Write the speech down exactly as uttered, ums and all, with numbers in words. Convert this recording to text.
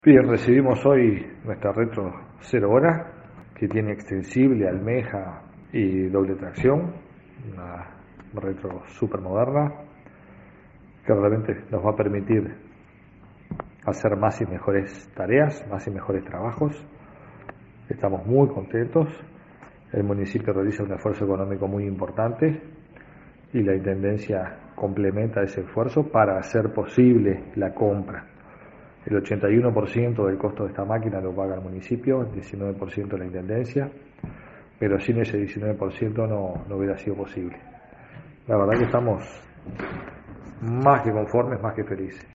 Bien, recibimos hoy nuestra retro cero hora, que tiene extensible, almeja y doble tracción, una retro super moderna, que realmente nos va a permitir hacer más y mejores tareas, más y mejores trabajos. Estamos muy contentos. El municipio realiza un esfuerzo económico muy importante y la Intendencia complementa ese esfuerzo para hacer posible la compra. El ochenta y uno por ciento del costo de esta máquina lo paga el municipio, el diecinueve por ciento la Intendencia, pero sin ese diecinueve por ciento no, no hubiera sido posible. La verdad que estamos más que conformes, más que felices.